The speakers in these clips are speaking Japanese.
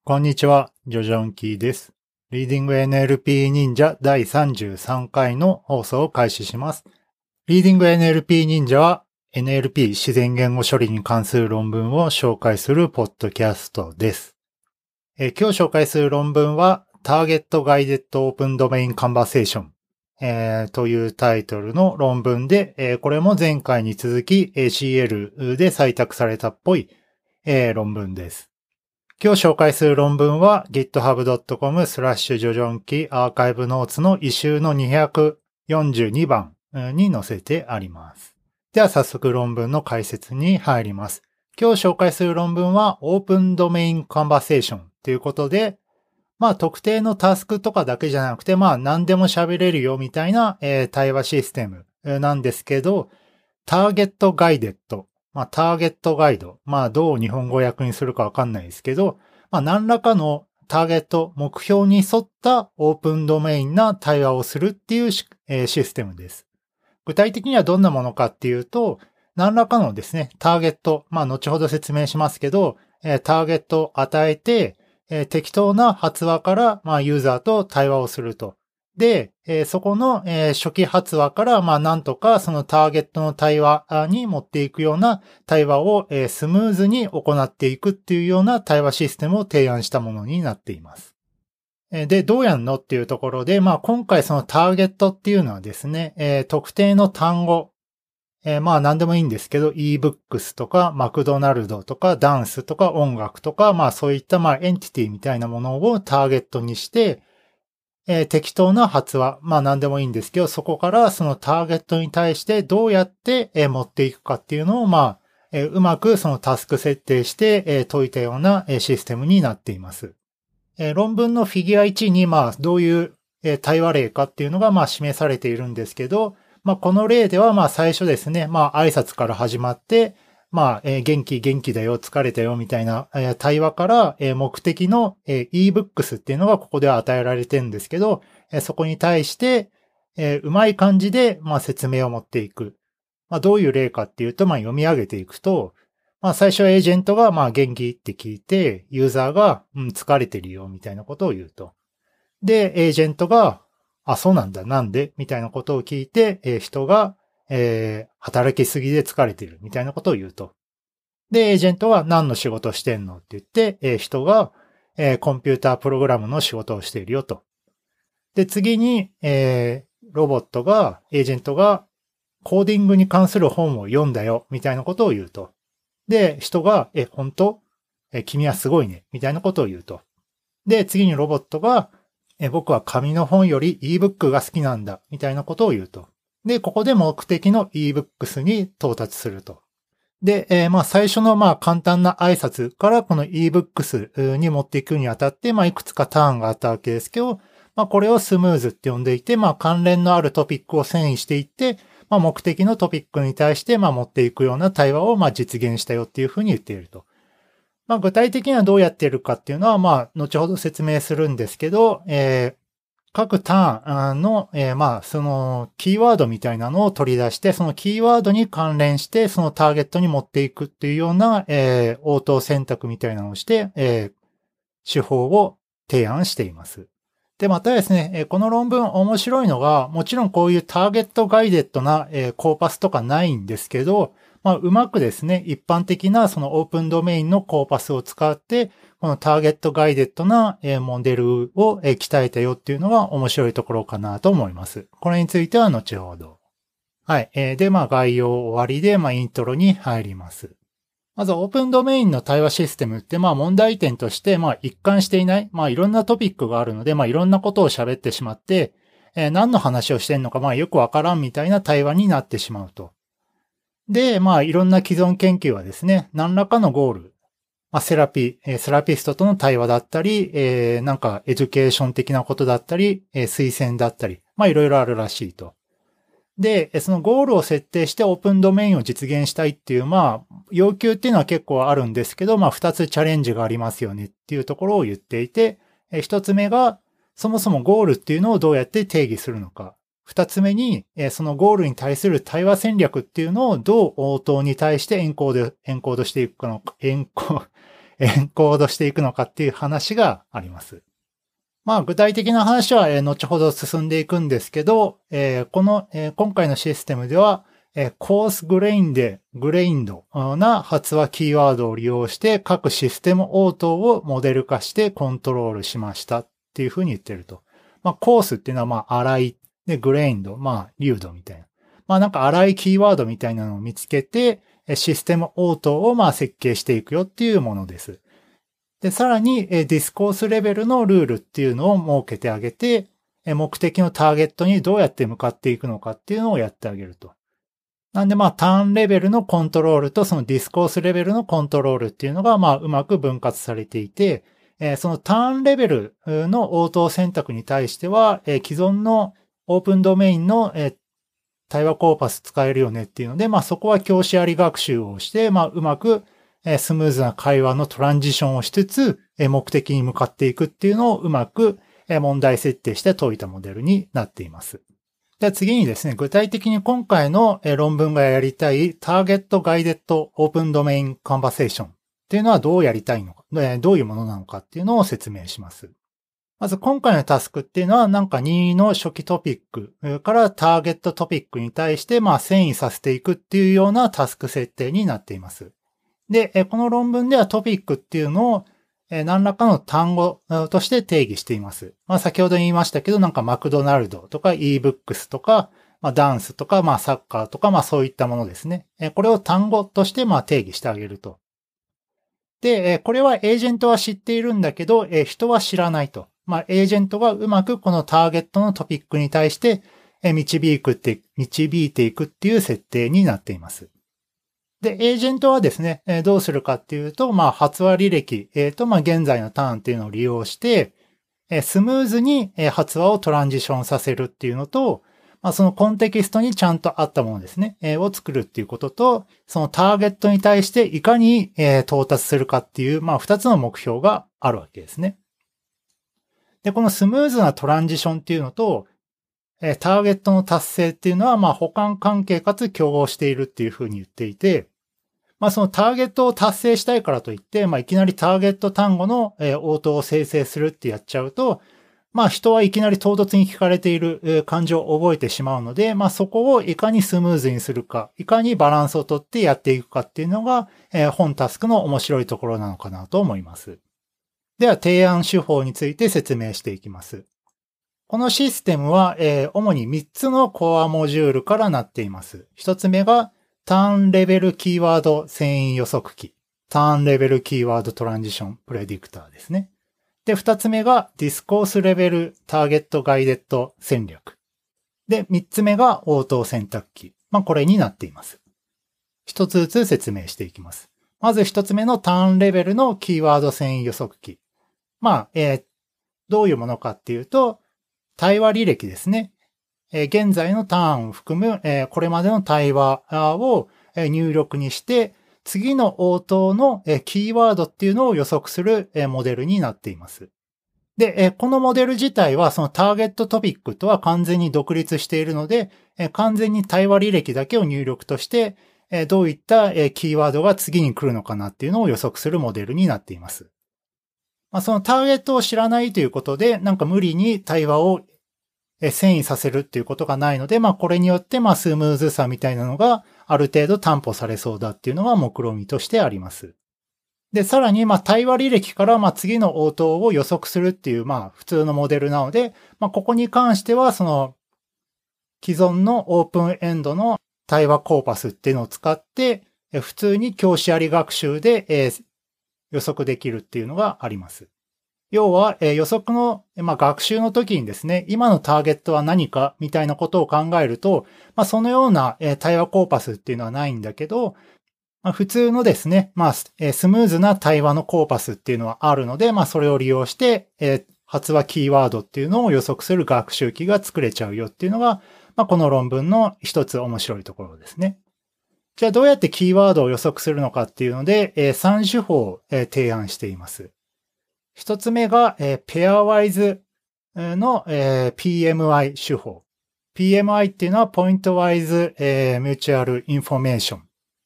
こんにちは、ジョジョンキーです。リーディング NLP 忍者第33回の放送を開始します。リーディング NLP 忍者は NLP 自然言語処理に関する論文を紹介するポッドキャストです。今日紹介する論文は Target Guided Open Domain Conversation、というタイトルの論文で、これも前回に続き ACL で採択されたっぽい、論文です。今日紹介する論文は github.com/jojonki アーカイブノーツのイシューの242番に載せてあります。では早速論文の解説に入ります。今日紹介する論文は Open Domain Conversation ということで、特定のタスクとかだけじゃなくて、何でも喋れるよみたいな、対話システムなんですけど、Target Guidedターゲットガイド。どう日本語訳にするかわかんないですけど、何らかのターゲット、目標に沿ったオープンドメインな対話をするっていうシステムです。具体的にはどんなものかっていうと、何らかのですね、ターゲット、後ほど説明しますけど、ターゲットを与えて、適当な発話から、ユーザーと対話をすると。で、そこの、初期発話から、なんとかそのターゲットの対話に持っていくような対話を、スムーズに行っていくっていうような対話システムを提案したものになっています。で、どうやんのっていうところで、今回そのターゲットっていうのはですね、特定の単語、何でもいいんですけど、ebooks とか、マクドナルドとか、ダンスとか、音楽とか、そういったエンティティみたいなものをターゲットにして、適当な発話、何でもいいんですけど、そこからそのターゲットに対してどうやって、持っていくかっていうのを、うまくそのタスク設定して、解いたような、システムになっています。論文のフィギュア1に、どういう、対話例かっていうのが、示されているんですけど、この例では、最初ですね、挨拶から始まって、元気だよ、疲れたよ、みたいな対話から、目的の ebooks っていうのがここでは与えられてるんですけど、そこに対して、うまい感じで、説明を持っていく。どういう例かっていうと、読み上げていくと、最初はエージェントが、元気って聞いて、ユーザーが、疲れてるよ、みたいなことを言うと。で、エージェントが、そうなんだ、なんでみたいなことを聞いて、人が、働きすぎで疲れてるみたいなことを言うと。で、エージェントは何の仕事をしてんのって言って、人が、コンピュータープログラムの仕事をしているよと。で、次に、ロボットが、エージェントが、コーディングに関する本を読んだよみたいなことを言うと。で、人が、本当？君はすごいねみたいなことを言うと。で、次にロボットが、僕は紙の本より ebook が好きなんだみたいなことを言うと。で、ここで目的の ebooks に到達すると。で、最初の簡単な挨拶からこの ebooks に持っていくにあたって、いくつかターンがあったわけですけど、これをスムーズって呼んでいて、関連のあるトピックを遷移していって、目的のトピックに対して、持っていくような対話を、実現したよっていうふうに言っていると。具体的にはどうやっているかっていうのは、後ほど説明するんですけど、各ターンの、そのキーワードみたいなのを取り出して、そのキーワードに関連して、そのターゲットに持っていくっていうような、応答選択みたいなのをして、手法を提案しています。で、またですね、この論文面白いのが、もちろんこういうターゲットガイデッドな、コーパスとかないんですけど、うまくですね、一般的なそのオープンドメインのコーパスを使って、このターゲットガイデッドなモデルを鍛えたよっていうのが面白いところかなと思います。これについては後ほど。はい。で、概要終わりで、イントロに入ります。まずオープンドメインの対話システムって問題点として一貫していない、いろんなトピックがあるのでいろんなことを喋ってしまって、何の話をしてんのかよくわからんみたいな対話になってしまうと。で、いろんな既存研究はですね、何らかのゴール、セラピストとの対話だったり、なんかエデュケーション的なことだったり、推薦だったり、いろいろあるらしいと。で、そのゴールを設定してオープンドメインを実現したいっていう、要求っていうのは結構あるんですけど、二つチャレンジがありますよねっていうところを言っていて、一つ目が、そもそもゴールっていうのをどうやって定義するのか。二つ目に、そのゴールに対する対話戦略っていうのをどう応答に対してエンコードしていくかの、 エンコードしていくのかっていう話があります。まあ具体的な話は後ほど進んでいくんですけど、今回のシステムでは、コースグレインドな発話キーワードを利用して各システム応答をモデル化してコントロールしましたっていうふうに言ってると。まあコースっていうのはまあ荒い、でグレインド、まあ流度みたいな。まあなんか荒いキーワードみたいなのを見つけて、システム応答をまあ設計していくよっていうものです。で、さらに、ディスコースレベルのルールっていうのを設けてあげて、目的のターゲットにどうやって向かっていくのかっていうのをやってあげると。なんでまあ、ターンレベルのコントロールとそのディスコースレベルのコントロールっていうのがまあ、うまく分割されていて、そのターンレベルの応答選択に対しては、既存のオープンドメインの、対話コーパス使えるよねっていうので、まあそこは教師あり学習をして、まあうまくスムーズな会話のトランジションをしつつ、目的に向かっていくっていうのをうまく問題設定して解いたモデルになっています。では次にですね、具体的に今回の論文がやりたいターゲットガイデッドオープンドメインカンバセーションっていうのはどうやりたいのか、どういうものなのかっていうのを説明します。まず今回のタスクっていうのはなんか任意の初期トピックからターゲットトピックに対してまあ遷移させていくっていうようなタスク設定になっています。で、この論文ではトピックっていうのを何らかの単語として定義しています。まあ先ほど言いましたけどなんかマクドナルドとか e-books とかまあダンスとかまあサッカーとかまあそういったものですね。これを単語としてまあ定義してあげると。で、これはエージェントは知っているんだけど、人は知らないと。まあエージェントがうまくこのターゲットのトピックに対して導いていくっていう設定になっています。で、エージェントはですね、どうするかっていうと、まあ、発話履歴、まあ、現在のターンっていうのを利用して、スムーズに発話をトランジションさせるっていうのと、まあ、そのコンテキストにちゃんと合ったものですね、を作るっていうことと、そのターゲットに対していかに到達するかっていう、まあ、二つの目標があるわけですね。で、このスムーズなトランジションっていうのと、ターゲットの達成っていうのは、まあ、補完関係かつ競合しているっていうふうに言っていて、まあ、そのターゲットを達成したいからといって、まあ、いきなりターゲット単語の応答を生成するってやっちゃうと、まあ、人はいきなり唐突に聞かれている感情を覚えてしまうので、まあ、そこをいかにスムーズにするか、いかにバランスをとってやっていくかっていうのが、本タスクの面白いところなのかなと思います。では、提案手法について説明していきます。このシステムは、主に3つのコアモジュールからなっています。1つ目が、ターンレベルキーワード遷移予測器。ターンレベルキーワードトランジションプレディクターですね。で、2つ目が、ディスコースレベルターゲットガイデッド戦略。で、3つ目が、応答選択器。まあ、これになっています。1つずつ説明していきます。まず1つ目のターンレベルのキーワード遷移予測器。まあ、どういうものかっていうと、対話履歴ですね。現在のターンを含む、これまでの対話を入力にして、次の応答のキーワードっていうのを予測するモデルになっています。で、このモデル自体はそのターゲットトピックとは完全に独立しているので、完全に対話履歴だけを入力として、どういったキーワードが次に来るのかなっていうのを予測するモデルになっています。まあ、そのターゲットを知らないということで、なんか無理に対話を遷移させるっていうことがないので、まあこれによってまあスムーズさみたいなのがある程度担保されそうだっていうのが目論見としてあります。で、さらにまあ対話履歴からまあ次の応答を予測するっていうまあ普通のモデルなので、まあここに関してはその既存のオープンエンドの対話コーパスっていうのを使って普通に教師あり学習で予測できるっていうのがあります。要は、予測の、学習の時にですね、今のターゲットは何かみたいなことを考えると、そのような、対話コーパスっていうのはないんだけど、普通のですね、スムーズな対話のコーパスっていうのはあるので、それを利用して、発話キーワードっていうのを予測する学習器が作れちゃうよっていうのが、この論文の一つ面白いところですね。じゃあどうやってキーワードを予測するのかっていうので、3手法を提案しています。一つ目が、ペアワイズの、PMI 手法。PMI っていうのは Point Wise Mutual Information。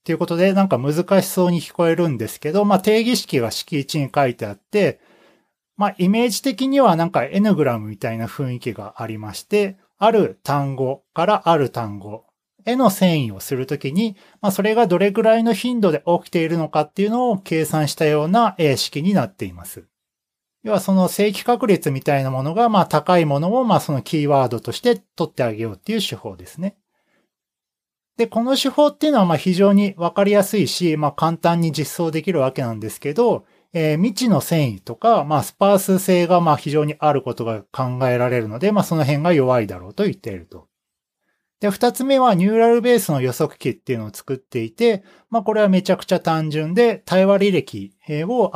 っていうことでなんか難しそうに聞こえるんですけど、定義式が式1に書いてあって、イメージ的にはなんか N グラムみたいな雰囲気がありまして、ある単語からある単語への遷移をするときに、それがどれぐらいの頻度で起きているのかっていうのを計算したような式になっています。要はその正規確率みたいなものが高いものをそのキーワードとして取ってあげようっていう手法ですね。で、この手法っていうのは非常にわかりやすいし、簡単に実装できるわけなんですけど、未知の遷移とか、スパース性が非常にあることが考えられるので、その辺が弱いだろうと言っていると。で、二つ目はニューラルベースの予測器っていうのを作っていて、これはめちゃくちゃ単純で、対話履歴を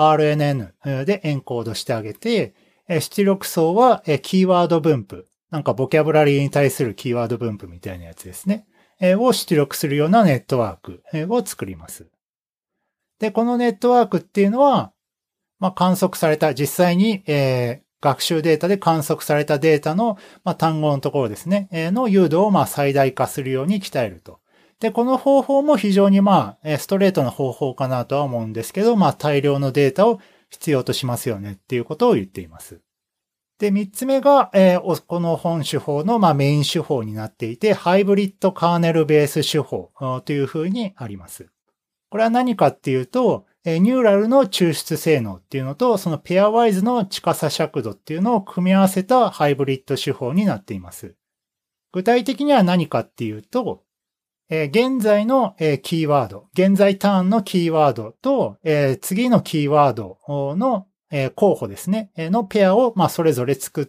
RNN でエンコードしてあげて、出力層はキーワード分布、なんかボキャブラリーに対するキーワード分布みたいなやつですね。を出力するようなネットワークを作ります。で、このネットワークっていうのは、観測された、実際に、学習データで観測されたデータの、単語のところですね、の誘導を最大化するように鍛えると。で、この方法も非常にストレートな方法かなとは思うんですけど、大量のデータを必要としますよねっていうことを言っています。で、三つ目が、この本手法のメイン手法になっていて、ハイブリッドカーネルベース手法というふうにあります。これは何かっていうと、ニューラルの抽出性能っていうのと、そのペアワイズの近さ尺度っていうのを組み合わせたハイブリッド手法になっています。具体的には何かっていうと、現在のキーワード、現在ターンのキーワードと、次のキーワードの候補ですね、のペアをそれぞれ作って、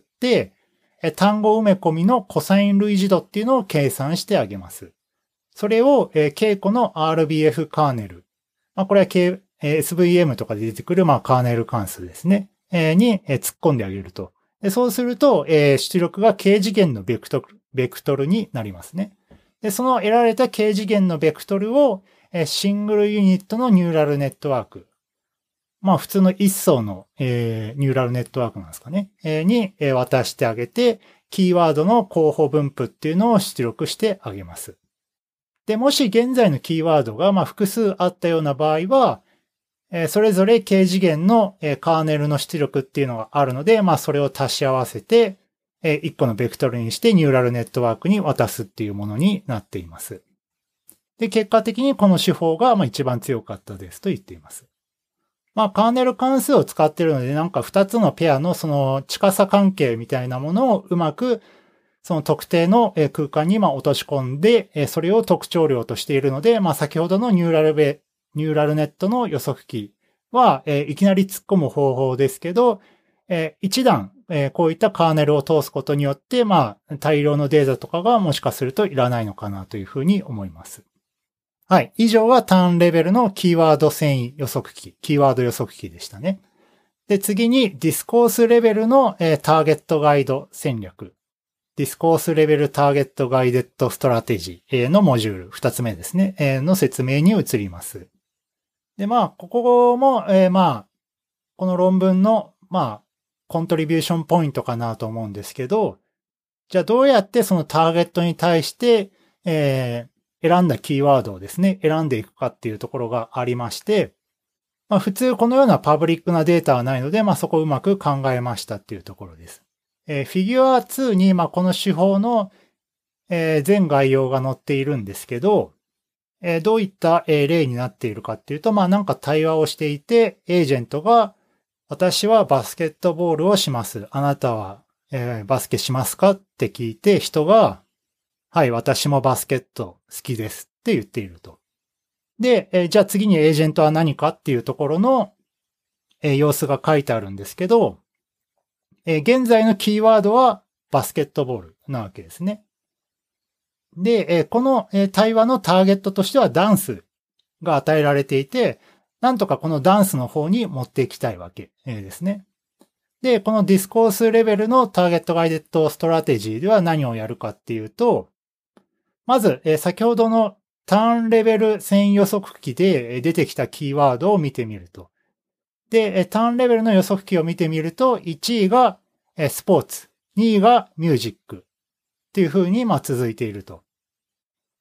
単語埋め込みのコサイン類似度っていうのを計算してあげます。それを、ケイコの RBF カーネル。これはSVM とかで出てくる、カーネル関数ですね。に、突っ込んであげると。でそうすると、出力が K 次元のベクトルになりますね。で、その得られた K 次元のベクトルを、シングルユニットのニューラルネットワーク。普通の一層の、ニューラルネットワークなんですかね。に、渡してあげて、キーワードの候補分布っていうのを出力してあげます。で、もし現在のキーワードが複数あったような場合は、それぞれ K 次元のカーネルの出力っていうのがあるので、それを足し合わせて、一個のベクトルにしてニューラルネットワークに渡すっていうものになっています。で、結果的にこの手法が一番強かったですと言っています。カーネル関数を使っているので、なんか2つのペアのその近さ関係みたいなものをうまくその特定の空間に落とし込んで、それを特徴量としているので、先ほどのニューラルネットの予測器は、いきなり突っ込む方法ですけど、一段、こういったカーネルを通すことによって、大量のデータとかがもしかするといらないのかなというふうに思います。はい。以上はターンレベルのキーワード遷移予測器、キーワード予測器でしたね。で、次にディスコースレベルの、ターゲットガイド戦略。ディスコースレベルターゲットガイデッドストラテジーのモジュール、二つ目ですね、の説明に移ります。で、ここも、この論文の、コントリビューションポイントかなと思うんですけど、じゃあどうやってそのターゲットに対して、選んだキーワードをですね、選んでいくかっていうところがありまして、普通このようなパブリックなデータはないので、そこをうまく考えましたっていうところです。フィギュア2に、この手法の、全概要が載っているんですけど、どういった、例になっているかっていうと、なんか対話をしていて、エージェントが、私はバスケットボールをします。あなたは、バスケしますかって聞いて、人が、はい、私もバスケット好きですって言っていると。で、じゃあ次にエージェントは何かっていうところの、様子が書いてあるんですけど、現在のキーワードはバスケットボールなわけですね。で、この対話のターゲットとしてはダンスが与えられていて、なんとかこのダンスの方に持っていきたいわけですね。で、このディスコースレベルのターゲットガイデッドストラテジーでは何をやるかっていうと、まず、先ほどのターンレベル遷移予測器で出てきたキーワードを見てみると。で、ターンレベルの予測器を見てみると、1位がスポーツ、2位がミュージックっていう風に続いていると。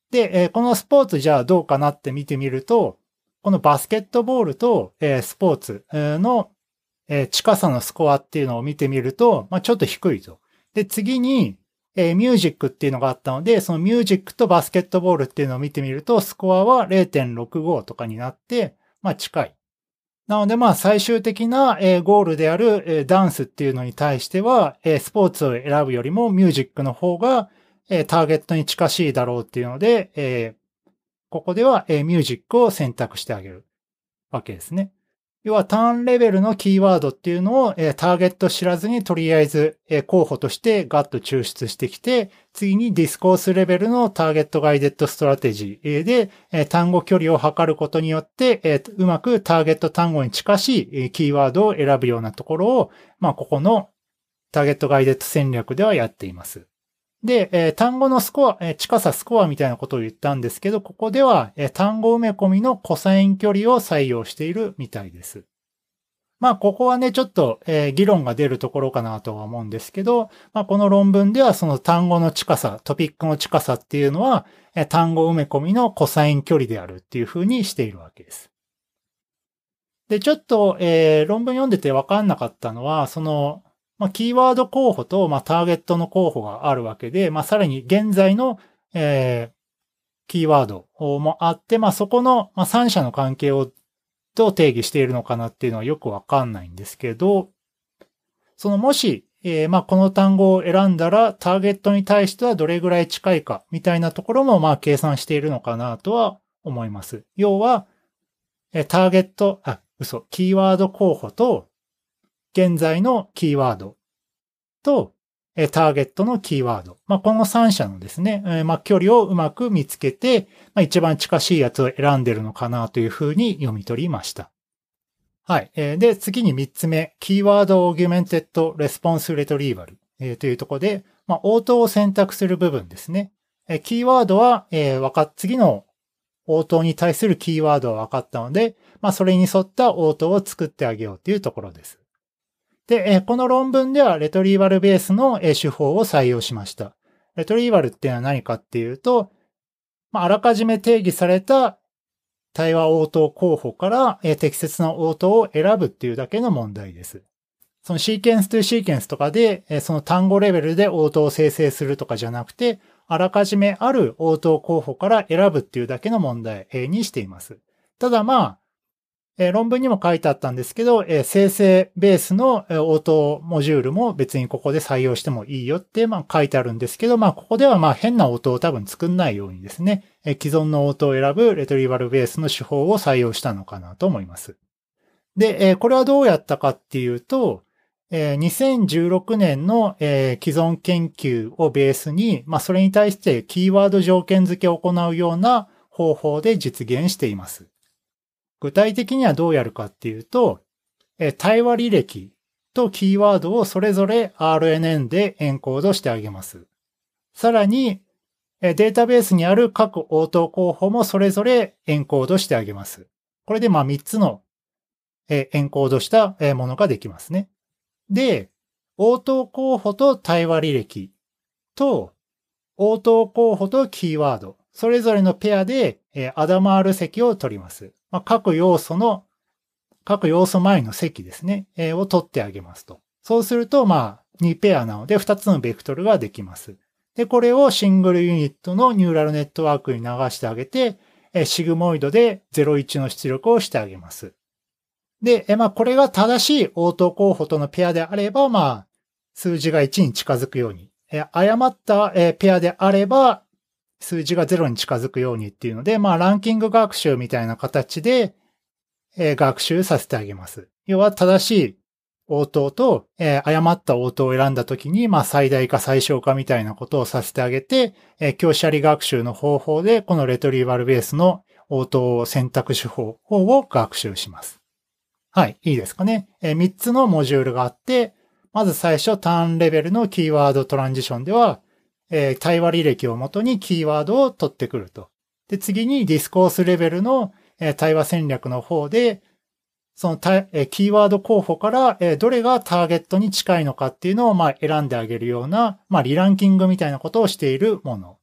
で、このスポーツじゃあどうかなって見てみると、このバスケットボールと、スポーツの、近さのスコアっていうのを見てみると、ちょっと低いと。で、次に、ミュージックっていうのがあったので、そのミュージックとバスケットボールっていうのを見てみると、スコアは 0.65 とかになって、近い。なので最終的なゴールであるダンスっていうのに対しては、スポーツを選ぶよりもミュージックの方がターゲットに近しいだろうっていうので、ここではミュージックを選択してあげるわけですね。要はターンレベルのキーワードっていうのをターゲット知らずにとりあえず候補としてガッと抽出してきて、次にディスコースレベルのターゲットガイデッドストラテジーで単語距離を測ることによってうまくターゲット単語に近しいキーワードを選ぶようなところを、ここのターゲットガイデッド戦略ではやっています。で、単語のスコア、近さスコアみたいなことを言ったんですけど、ここでは単語埋め込みのコサイン距離を採用しているみたいです。ここはね、ちょっと議論が出るところかなとは思うんですけど、この論文ではその単語の近さ、トピックの近さっていうのは、単語埋め込みのコサイン距離であるっていう風にしているわけです。で、ちょっと、論文読んでて分かんなかったのは、その、キーワード候補と、ターゲットの候補があるわけで、さらに現在の、キーワードもあって、そこの、三者の関係をどう定義しているのかなっていうのはよくわかんないんですけど、そのもし、この単語を選んだらターゲットに対してはどれぐらい近いかみたいなところも計算しているのかなとは思います。要は、ターゲット、キーワード候補と現在のキーワードとターゲットのキーワード。この3社のですね、距離をうまく見つけて、一番近しいやつを選んでるのかなというふうに読み取りました。はい。で、次に3つ目、キーワードオーギュメンテッドレスポンスレトリーバルというところで、応答を選択する部分ですね。キーワードは、次の応答に対するキーワードは分かったので、それに沿った応答を作ってあげようというところです。で、この論文ではレトリーバルベースの手法を採用しました。レトリーバルっていうのは何かっていうと、あらかじめ定義された対話応答候補から適切な応答を選ぶっていうだけの問題です。そのシーケンストゥシーケンスとかで、その単語レベルで応答を生成するとかじゃなくて、あらかじめある応答候補から選ぶっていうだけの問題にしています。ただ論文にも書いてあったんですけど、生成ベースの応答モジュールも別にここで採用してもいいよって書いてあるんですけど、ここでは変な応答を多分作んないようにですね、既存の応答を選ぶレトリバルベースの手法を採用したのかなと思います。で、これはどうやったかっていうと、2016年の既存研究をベースに、それに対してキーワード条件付けを行うような方法で実現しています。具体的にはどうやるかっていうと、対話履歴とキーワードをそれぞれ RNN でエンコードしてあげます。さらに、データベースにある各応答候補もそれぞれエンコードしてあげます。これで3つのエンコードしたものができますね。で、応答候補と対話履歴と応答候補とキーワード、それぞれのペアでアダマール積を取ります。各要素前の積ですね、を取ってあげますと。そうすると、2ペアなので2つのベクトルができます。で、これをシングルユニットのニューラルネットワークに流してあげて、シグモイドで01の出力をしてあげます。で、これが正しい応答候補とのペアであれば、数字が1に近づくように、誤ったペアであれば、数字が0に近づくようにっていうので、ランキング学習みたいな形で、学習させてあげます。要は正しい応答と、誤った応答を選んだときに、最大化最小化みたいなことをさせてあげて、教師あり学習の方法で、このレトリーバルベースの応答選択手法を学習します。はい、いいですかね。3つのモジュールがあって、まず最初、ターンレベルのキーワードトランジションでは、対話履歴をもとにキーワードを取ってくると。で、次にディスコースレベルの対話戦略の方で、そのキーワード候補からどれがターゲットに近いのかっていうのを選んであげるような、リランキングみたいなことをしているもの。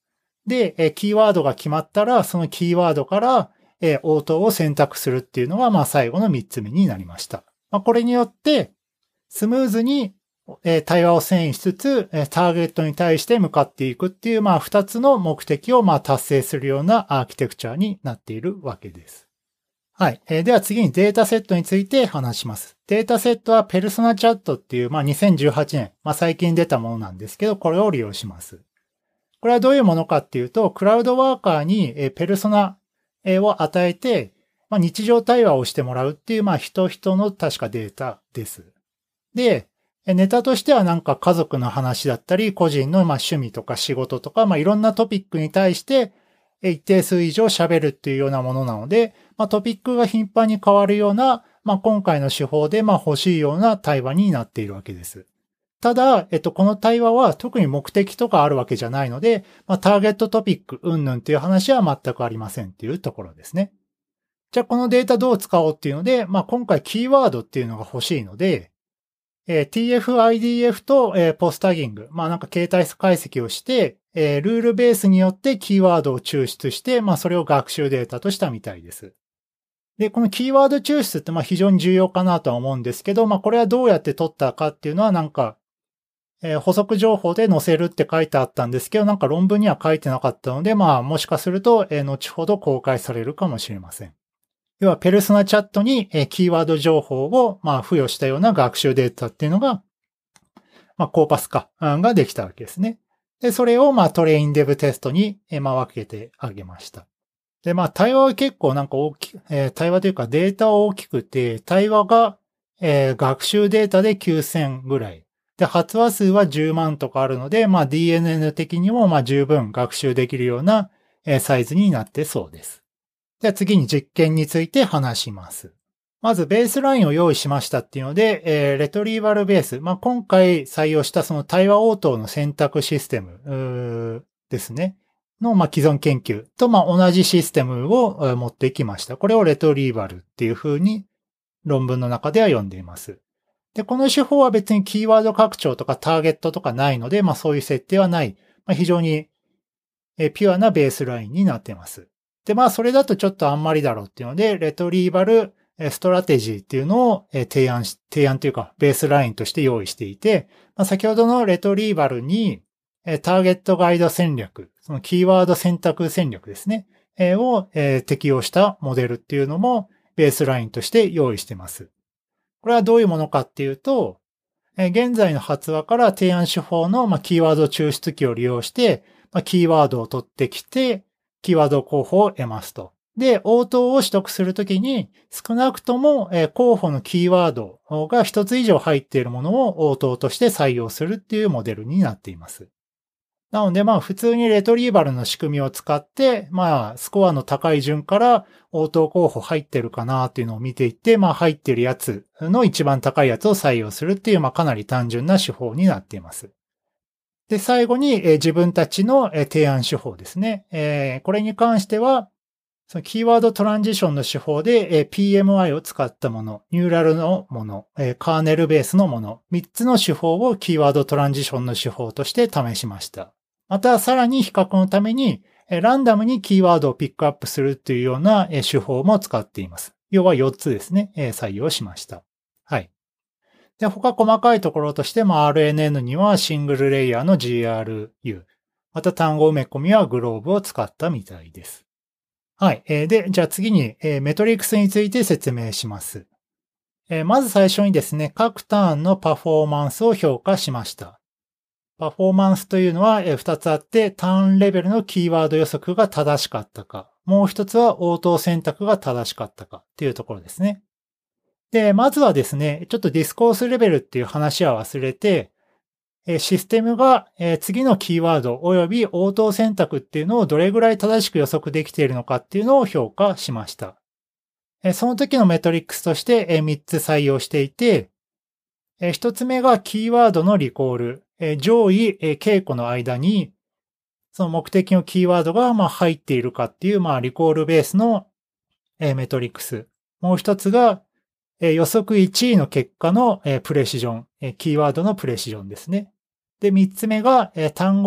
で、キーワードが決まったら、そのキーワードから、応答を選択するっていうのが、最後の3つ目になりました。これによって、スムーズに、対話を遷移しつつ、ターゲットに対して向かっていくっていう、2つの目的を、達成するようなアーキテクチャになっているわけです。はい。では次にデータセットについて話します。データセットはペルソナチャットっていう、2018年、最近出たものなんですけど、これを利用します。これはどういうものかっていうと、クラウドワーカーにペルソナを与えて、日常対話をしてもらうっていう、人の確かデータです。で、ネタとしてはなんか家族の話だったり、個人の趣味とか仕事とか、いろんなトピックに対して一定数以上喋るっていうようなものなので、トピックが頻繁に変わるような、今回の手法で欲しいような対話になっているわけです。ただ、この対話は特に目的とかあるわけじゃないので、ターゲットトピック、うんぬんっていう話は全くありませんっていうところですね。じゃあこのデータどう使おうっていうので、今回キーワードっていうのが欲しいので、TF-IDF と、ポスタギング、なんか形態解析をして、ルールベースによってキーワードを抽出して、それを学習データとしたみたいです。で、このキーワード抽出って非常に重要かなとは思うんですけど、これはどうやって取ったかっていうのはなんか、補足情報で載せるって書いてあったんですけど、なんか論文には書いてなかったので、もしかすると、後ほど公開されるかもしれません。要は、ペルソナチャットにキーワード情報を付与したような学習データっていうのが、コーパス化ができたわけですね。で、それをトレインデブテストに分けてあげました。で、対話は結構なんか対話というかデータは大きくて、対話が学習データで9000ぐらい。で、発話数は10万とかあるので、DNN 的にも十分学習できるようなサイズになってそうです。では次に実験について話します。まずベースラインを用意しましたっていうので、レトリーバルベース、今回採用したその対話応答の選択システムですね。の既存研究と同じシステムを持ってきました。これをレトリーバルっていう風に論文の中では読んでいます。で、この手法は別にキーワード拡張とかターゲットとかないので、そういう設定はない。非常にピュアなベースラインになっています。で、それだとちょっとあんまりだろうっていうので、レトリーバルストラテジーっていうのを提案というか、ベースラインとして用意していて、先ほどのレトリーバルにターゲットガイド戦略、そのキーワード選択戦略ですね、を適用したモデルっていうのもベースラインとして用意しています。これはどういうものかっていうと、現在の発話から提案手法のキーワード抽出器を利用して、キーワードを取ってきて、キーワード候補を得ますと。で、応答を取得するときに、少なくとも候補のキーワードが一つ以上入っているものを応答として採用するっていうモデルになっています。なので、普通にレトリーバルの仕組みを使って、スコアの高い順から応答候補入ってるかなっていうのを見ていって、入ってるやつの一番高いやつを採用するっていう、かなり単純な手法になっています。で、最後に自分たちの提案手法ですね。これに関しては、そのキーワードトランジションの手法で PMI を使ったもの、ニューラルのもの、カーネルベースのもの、3つの手法をキーワードトランジションの手法として試しました。また、さらに比較のために、ランダムにキーワードをピックアップするというような手法も使っています。要は4つですね、採用しました。はい。で、他細かいところとしても RNN にはシングルレイヤーの GRU、また単語埋め込みはグローブを使ったみたいです。はい。で、じゃあ次にメトリックスについて説明します。まず最初にですね、各ターンのパフォーマンスを評価しました。パフォーマンスというのは2つあって、ターンレベルのキーワード予測が正しかったか、もう一つは応答選択が正しかったかっていうところですね。で、まずはですね、ちょっとディスコースレベルっていう話は忘れて、システムが次のキーワード及び応答選択っていうのをどれぐらい正しく予測できているのかっていうのを評価しました。その時のメトリックスとして3つ採用していて、1つ目がキーワードのリコール。上位稽古の間に、その目的のキーワードが入っているかっていうリコールベースのメトリックス。もう一つが予測1位の結果のプレシジョン。キーワードのプレシジョンですね。で、3つ目が単語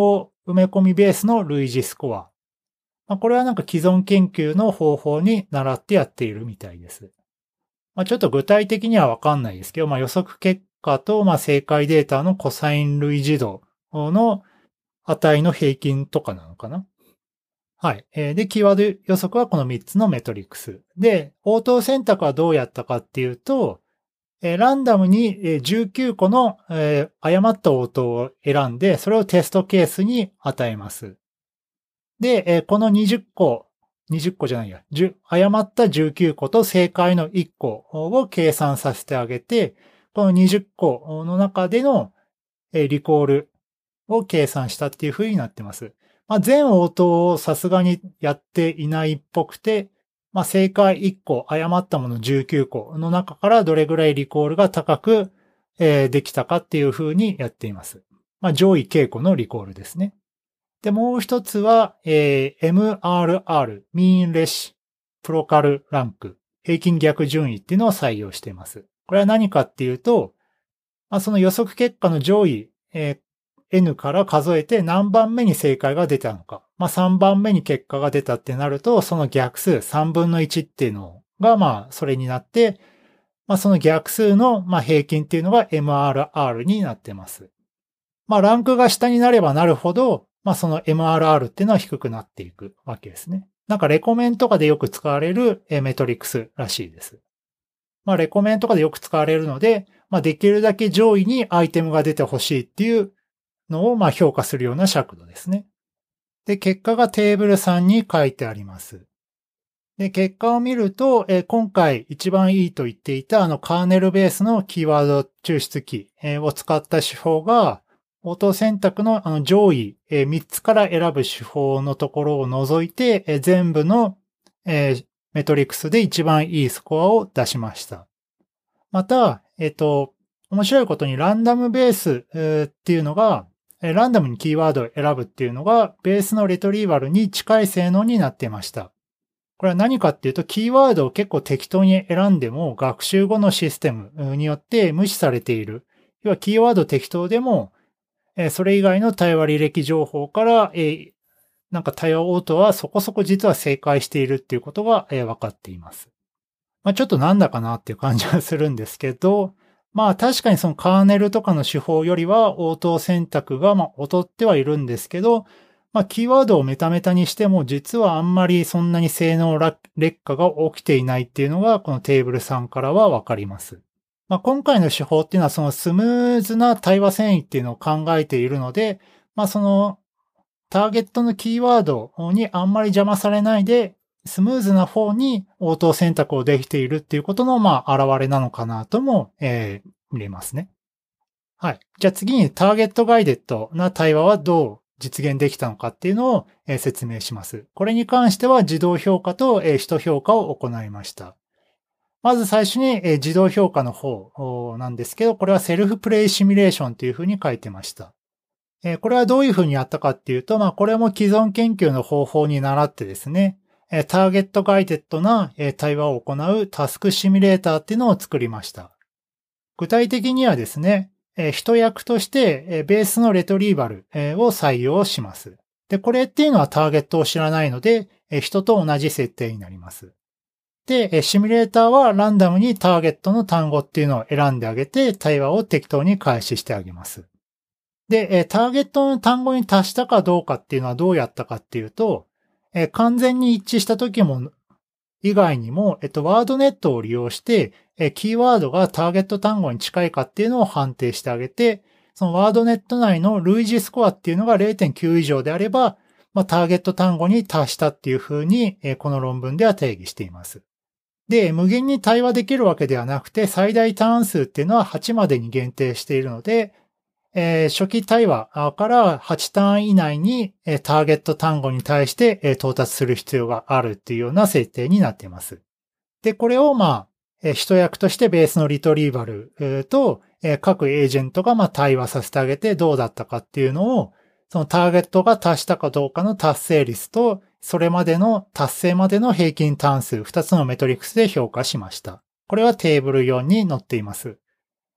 埋め込みベースの類似スコア。これはなんか既存研究の方法に倣ってやっているみたいです。ちょっと具体的にはわかんないですけど、予測結果と正解データのコサイン類似度の値の平均とかなのかな。はい。で、キーワード予測はこの3つのメトリックス。で、応答選択はどうやったかっていうと、ランダムに19個の誤った応答を選んで、それをテストケースに与えます。で、この20個じゃないや、誤った19個と正解の1個を計算させてあげて、この20個の中でのリコールを計算したっていう風になってます。全応答をさすがにやっていないっぽくて、正解1個、誤ったもの19個の中からどれぐらいリコールが高くできたかっていう風にやっています。上位傾向のリコールですね。で、もう一つは、MRR、Mean Reciprocal Rank、平均逆順位っていうのを採用しています。これは何かっていうと、その予測結果の上位、N から数えて何番目に正解が出たのか。3番目に結果が出たってなると、その逆数3分の1っていうのがそれになって、その逆数の平均っていうのが MRR になってます。ランクが下になればなるほど、その MRR っていうのは低くなっていくわけですね。なんかレコメンとかでよく使われるメトリックスらしいです。レコメンとかでよく使われるので、できるだけ上位にアイテムが出てほしいっていうのを評価するような尺度ですね。で、結果がテーブル3に書いてあります。で、結果を見ると、今回一番いいと言っていたカーネルベースのキーワード抽出器を使った手法が、応答選択の上位3つから選ぶ手法のところを除いて、全部のメトリックスで一番いいスコアを出しました。また、面白いことにランダムベースっていうのが、ランダムにキーワードを選ぶっていうのが、ベースのレトリーバルに近い性能になっていました。これは何かっていうと、キーワードを結構適当に選んでも、学習後のシステムによって無視されている。要はキーワード適当でも、それ以外の対話履歴情報から、なんか対話応答はそこそこ実は正解しているっていうことが分かっています。ちょっとなんだかなっていう感じはするんですけど、確かにそのカーネルとかの手法よりは応答選択が劣ってはいるんですけど、キーワードをメタメタにしても実はあんまりそんなに性能劣化が起きていないっていうのがこのテーブル3からはわかります。今回の手法っていうのはそのスムーズな対話遷移っていうのを考えているので、そのターゲットのキーワードにあんまり邪魔されないで、スムーズな方に応答選択をできているっていうことの表れなのかなとも、見れますね。はい。じゃあ次にターゲットガイデッドな対話はどう実現できたのかっていうのを説明します。これに関しては自動評価と人評価を行いました。まず最初に自動評価の方なんですけど、これはセルフプレイシミュレーションというふうに書いてました。これはどういうふうにやったかっていうと、これも既存研究の方法に倣ってですね、ターゲットガイデッドな対話を行うタスクシミュレーターっていうのを作りました。具体的にはですね、人役としてベースのレトリーバルを採用します。で、これっていうのはターゲットを知らないので、人と同じ設定になります。で、シミュレーターはランダムにターゲットの単語っていうのを選んであげて、対話を適当に開始してあげます。で、ターゲットの単語に達したかどうかっていうのはどうやったかっていうと、完全に一致した時も、以外にも、ワードネットを利用して、キーワードがターゲット単語に近いかっていうのを判定してあげて、そのワードネット内の類似スコアっていうのが 0.9 以上であれば、ターゲット単語に達したっていうふうに、この論文では定義しています。で、無限に対話できるわけではなくて、最大ターン数っていうのは8までに限定しているので、初期対話から8ターン以内にターゲット単語に対して到達する必要があるっていうような設定になっています。で、これを人役としてベースのリトリーバルと各エージェントが対話させてあげてどうだったかっていうのを、そのターゲットが達したかどうかの達成率と、それまでの達成までの平均ターン数2つのメトリックスで評価しました。これはテーブル4に載っています。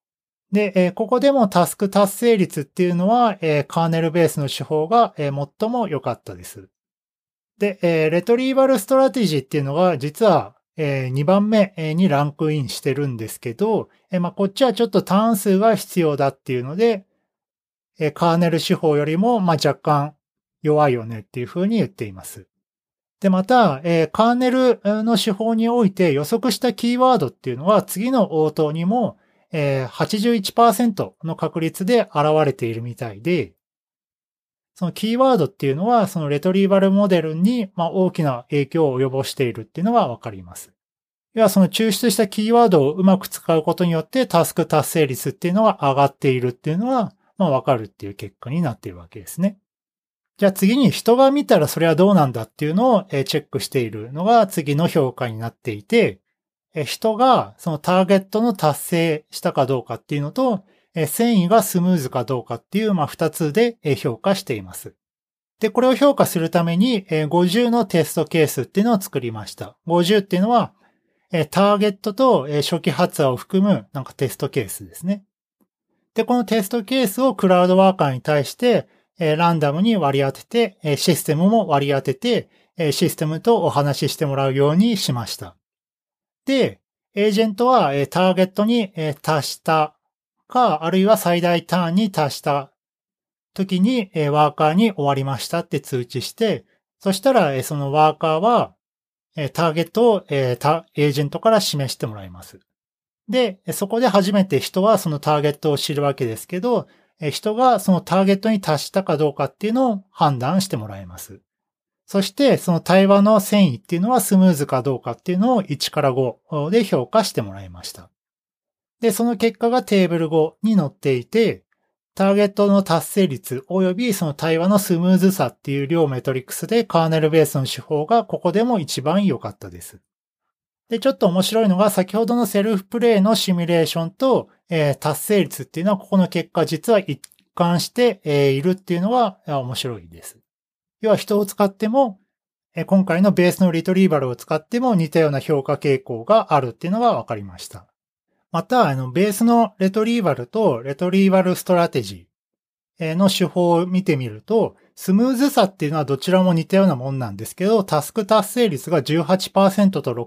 で、ここでもタスク達成率っていうのは、カーネルベースの手法が、最も良かったです。で、レトリーバルストラテジーっていうのが実は、2番目にランクインしてるんですけど、こっちはちょっとターン数が必要だっていうので、カーネル手法よりも、若干弱いよねっていうふうに言っています。で、また、カーネルの手法において予測したキーワードっていうのは次の応答にも、81% の確率で現れているみたいで、そのキーワードっていうのはそのレトリーバルモデルに大きな影響を及ぼしているっていうのがわかります。要はその抽出したキーワードをうまく使うことによってタスク達成率っていうのが上がっているっていうのはわかるっていう結果になっているわけですね。じゃあ次に人が見たらそれはどうなんだっていうのをチェックしているのが次の評価になっていて、人がそのターゲットの達成したかどうかっていうのと、遷移がスムーズかどうかっていう2つで評価しています。で、これを評価するために50のテストケースっていうのを作りました。50っていうのはターゲットと初期発話を含むテストケースですね。で、このテストケースをクラウドワーカーに対してランダムに割り当てて、システムも割り当てて、システムとお話ししてもらうようにしました。で、エージェントはターゲットに達したか、あるいは最大ターンに達した時にワーカーに終わりましたって通知して、そしたらそのワーカーはターゲットをエージェントから示してもらいます。で、そこで初めて人はそのターゲットを知るわけですけど、人がそのターゲットに達したかどうかっていうのを判断してもらいます。そして、その対話の遷移っていうのはスムーズかどうかっていうのを1から5で評価してもらいました。で、その結果がテーブル5に載っていて、ターゲットの達成率及びその対話のスムーズさっていう両メトリックスでカーネルベースの手法がここでも一番良かったです。で、ちょっと面白いのが先ほどのセルフプレイのシミュレーションと、達成率っていうのはここの結果実は一貫して、いるっていうのが面白いです。要は人を使っても、今回のベースのリトリーバルを使っても似たような評価傾向があるっていうのが分かりました。また、ベースのレトリーバルとレトリーバルストラテジーの手法を見てみると、スムーズさっていうのはどちらも似たようなもんなんですけど、タスク達成率が 18% と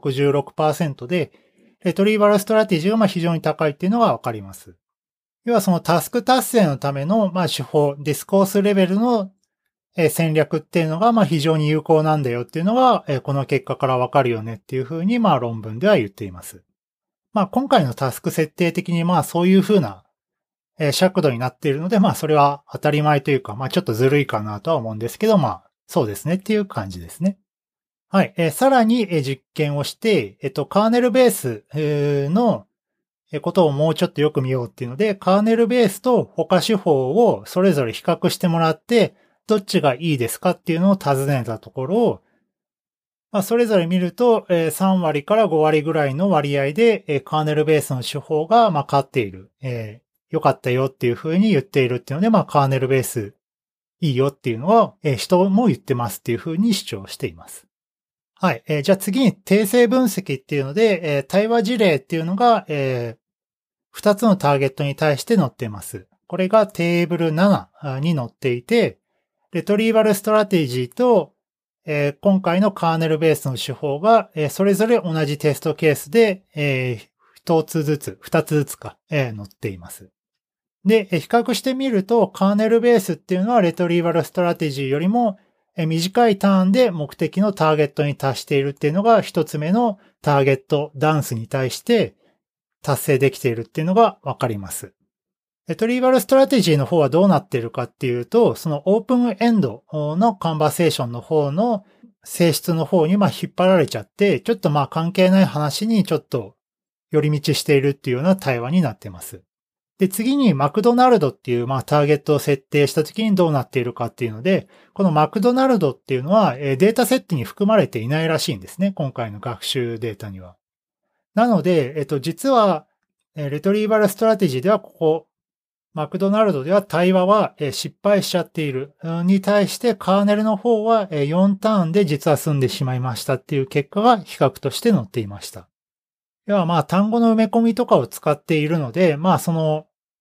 66% で、レトリーバルストラテジーが非常に高いっていうのがわかります。要はそのタスク達成のための手法、ディスコースレベルの戦略っていうのが非常に有効なんだよっていうのがこの結果からわかるよねっていうふうに論文では言っています。今回のタスク設定的にそういうふうな尺度になっているので、それは当たり前というか、ちょっとずるいかなとは思うんですけど、そうですねっていう感じですね。はい。さらに実験をして、カーネルベースのことをもうちょっとよく見ようっていうので、カーネルベースと他手法をそれぞれ比較してもらって、どっちがいいですかっていうのを尋ねたところ、それぞれ見ると、3割から5割ぐらいの割合で、カーネルベースの手法が、勝っている。良かったよっていう風に言っているっていうので、カーネルベースいいよっていうのを、人も言ってますっていう風に主張しています。はい。じゃあ次に定性分析っていうので、対話事例っていうのが、2つのターゲットに対して載っています。これがテーブル7に載っていて、レトリーバルストラテジーと、今回のカーネルベースの手法が、それぞれ同じテストケースで、2つずつ載っています。で、比較してみると、カーネルベースっていうのはレトリーバルストラテジーよりも、短いターンで目的のターゲットに達しているっていうのが一つ目のターゲットダンスに対して達成できているっていうのがわかります。レトリーバルストラテジーの方はどうなっているかっていうと、そのオープンエンドのカンバセーションの方の性質の方に引っ張られちゃって、ちょっと関係ない話にちょっと寄り道しているっていうような対話になっています。で、次にマクドナルドっていうターゲットを設定した時にどうなっているかっていうので、このマクドナルドっていうのはデータセットに含まれていないらしいんですね。今回の学習データには。なので、実はレトリーバルストラテジーではマクドナルドでは対話は失敗しちゃっているに対してカーネルの方は4ターンで実は済んでしまいましたっていう結果が比較として載っていました。要は単語の埋め込みとかを使っているので、その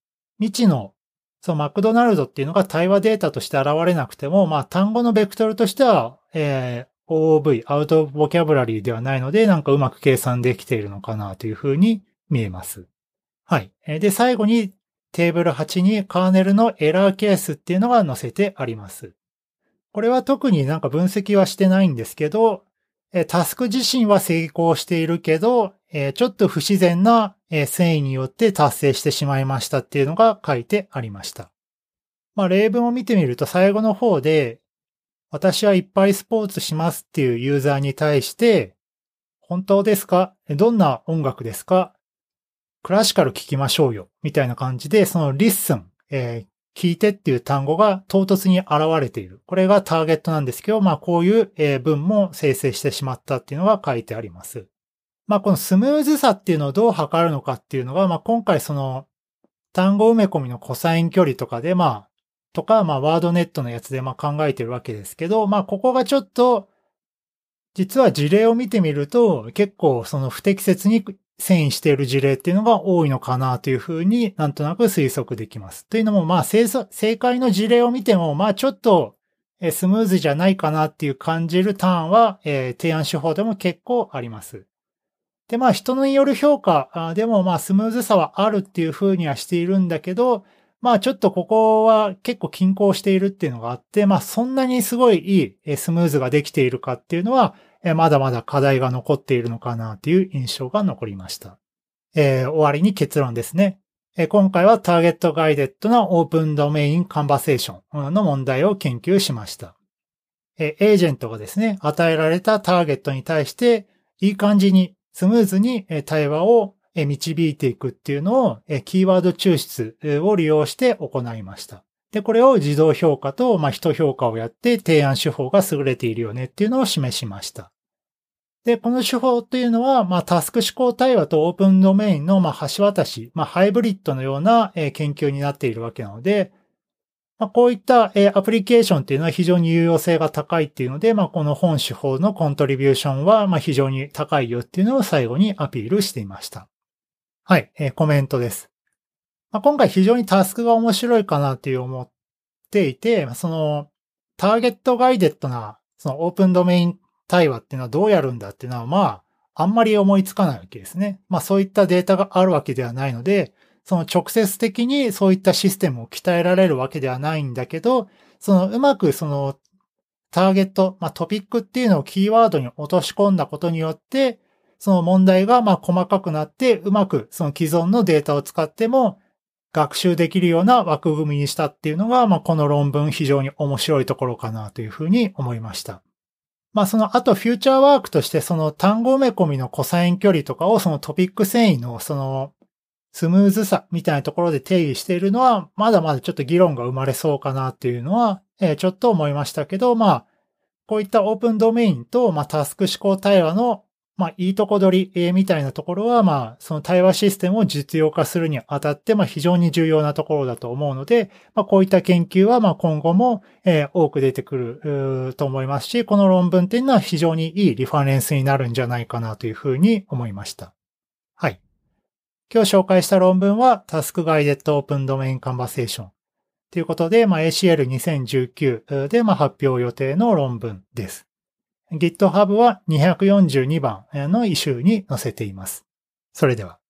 未知の、そのマクドナルドっていうのが対話データとして現れなくても、単語のベクトルとしては、OOV、アウトボキャブラリーではないので、なんかうまく計算できているのかなというふうに見えます。はい。で、最後にテーブル8にカーネルのエラーケースっていうのが載せてあります。これは特になんか分析はしてないんですけど、タスク自身は成功しているけど、ちょっと不自然な遷移によって達成してしまいましたっていうのが書いてありました。例文を見てみると最後の方で、私はいっぱいスポーツしますっていうユーザーに対して、本当ですか？どんな音楽ですか？クラシカル聴きましょうよ。みたいな感じで、そのリッスン、聞いてっていう単語が唐突に現れている。これがターゲットなんですけど、こういう文も生成してしまったっていうのが書いてあります。このスムーズさっていうのをどう測るのかっていうのが、今回その単語埋め込みのコサイン距離とかで、ワードネットのやつで考えてるわけですけど、ここがちょっと、実は事例を見てみると、結構その不適切に遷移している事例っていうのが多いのかなというふうになんとなく推測できます。というのも、正解の事例を見ても、ちょっとスムーズじゃないかなっていう感じるターンは、提案手法でも結構あります。で、人による評価でも、スムーズさはあるっていうふうにはしているんだけど、ちょっとここは結構均衡しているっていうのがあって、そんなにすごいいいスムーズができているかっていうのは、まだまだ課題が残っているのかなっていう印象が残りました。終わりに結論ですね。今回はターゲットガイデッドなオープンドメインカンバセーションの問題を研究しました。エージェントがですね、与えられたターゲットに対していい感じにスムーズに対話を導いていくっていうのをキーワード抽出を利用して行いました。で、これを自動評価と人評価をやって提案手法が優れているよねっていうのを示しました。で、この手法っていうのは、タスク思考対話とオープンドメインの橋渡し、ハイブリッドのような研究になっているわけなので、こういったアプリケーションっていうのは非常に有用性が高いっていうので、この本手法のコントリビューションは非常に高いよっていうのを最後にアピールしていました。はい、コメントです。今回非常にタスクが面白いかなって思っていて、そのターゲットガイデッドなそのオープンドメイン対話っていうのはどうやるんだっていうのはあんまり思いつかないわけですね。そういったデータがあるわけではないので、その直接的にそういったシステムを鍛えられるわけではないんだけど、うまくそのターゲット、トピックっていうのをキーワードに落とし込んだことによって、その問題が細かくなって、うまくその既存のデータを使っても学習できるような枠組みにしたっていうのが、この論文非常に面白いところかなというふうに思いました。その後フューチャーワークとしてその単語埋め込みのコサイン距離とかをそのトピック遷移のそのスムーズさみたいなところで定義しているのは、まだまだちょっと議論が生まれそうかなっていうのは、ちょっと思いましたけど、こういったオープンドメインと、タスク思考対話の、いいとこ取り、みたいなところは、その対話システムを実用化するにあたって、非常に重要なところだと思うので、こういった研究は、今後も、多く出てくる、と思いますし、この論文っていうのは非常にいいリファレンスになるんじゃないかなというふうに思いました。はい。今日紹介した論文は、タスクガイデッドオープンドメインカンバセーション。ということで、ACL2019 で発表予定の論文です。GitHub は242番のイシューに載せています。それでは。